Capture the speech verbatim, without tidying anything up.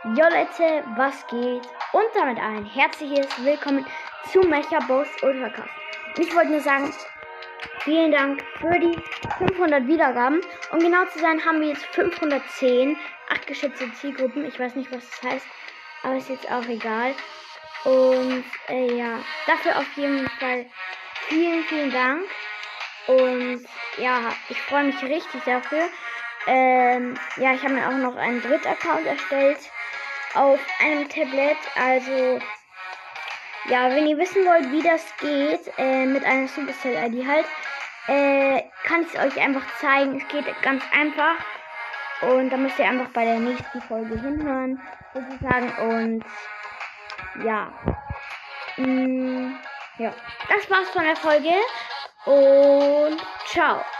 Jo Leute, was geht? Und damit ein herzliches Willkommen zu Mechaboss Ultracast. Und ich wollte nur sagen, vielen Dank für die fünfhundert Wiedergaben. Um genau zu sein, haben wir jetzt fünfhundertzehn, acht geschätzte Zielgruppen. Ich weiß nicht, was das heißt, aber ist jetzt auch egal. Und äh, ja, dafür auf jeden Fall vielen, vielen Dank. Und ja, ich freue mich richtig dafür. Ähm, ja, ich habe mir auch noch einen Dritt-Account erstellt auf einem Tablet. Also, ja, wenn ihr wissen wollt, wie das geht, äh, mit einer Supercell-I D halt, äh, kann ich es euch einfach zeigen. Es geht ganz einfach. Und da müsst ihr einfach bei der nächsten Folge hinhören, sozusagen. Und ja, mh, ja, das war's von der Folge. Und ciao.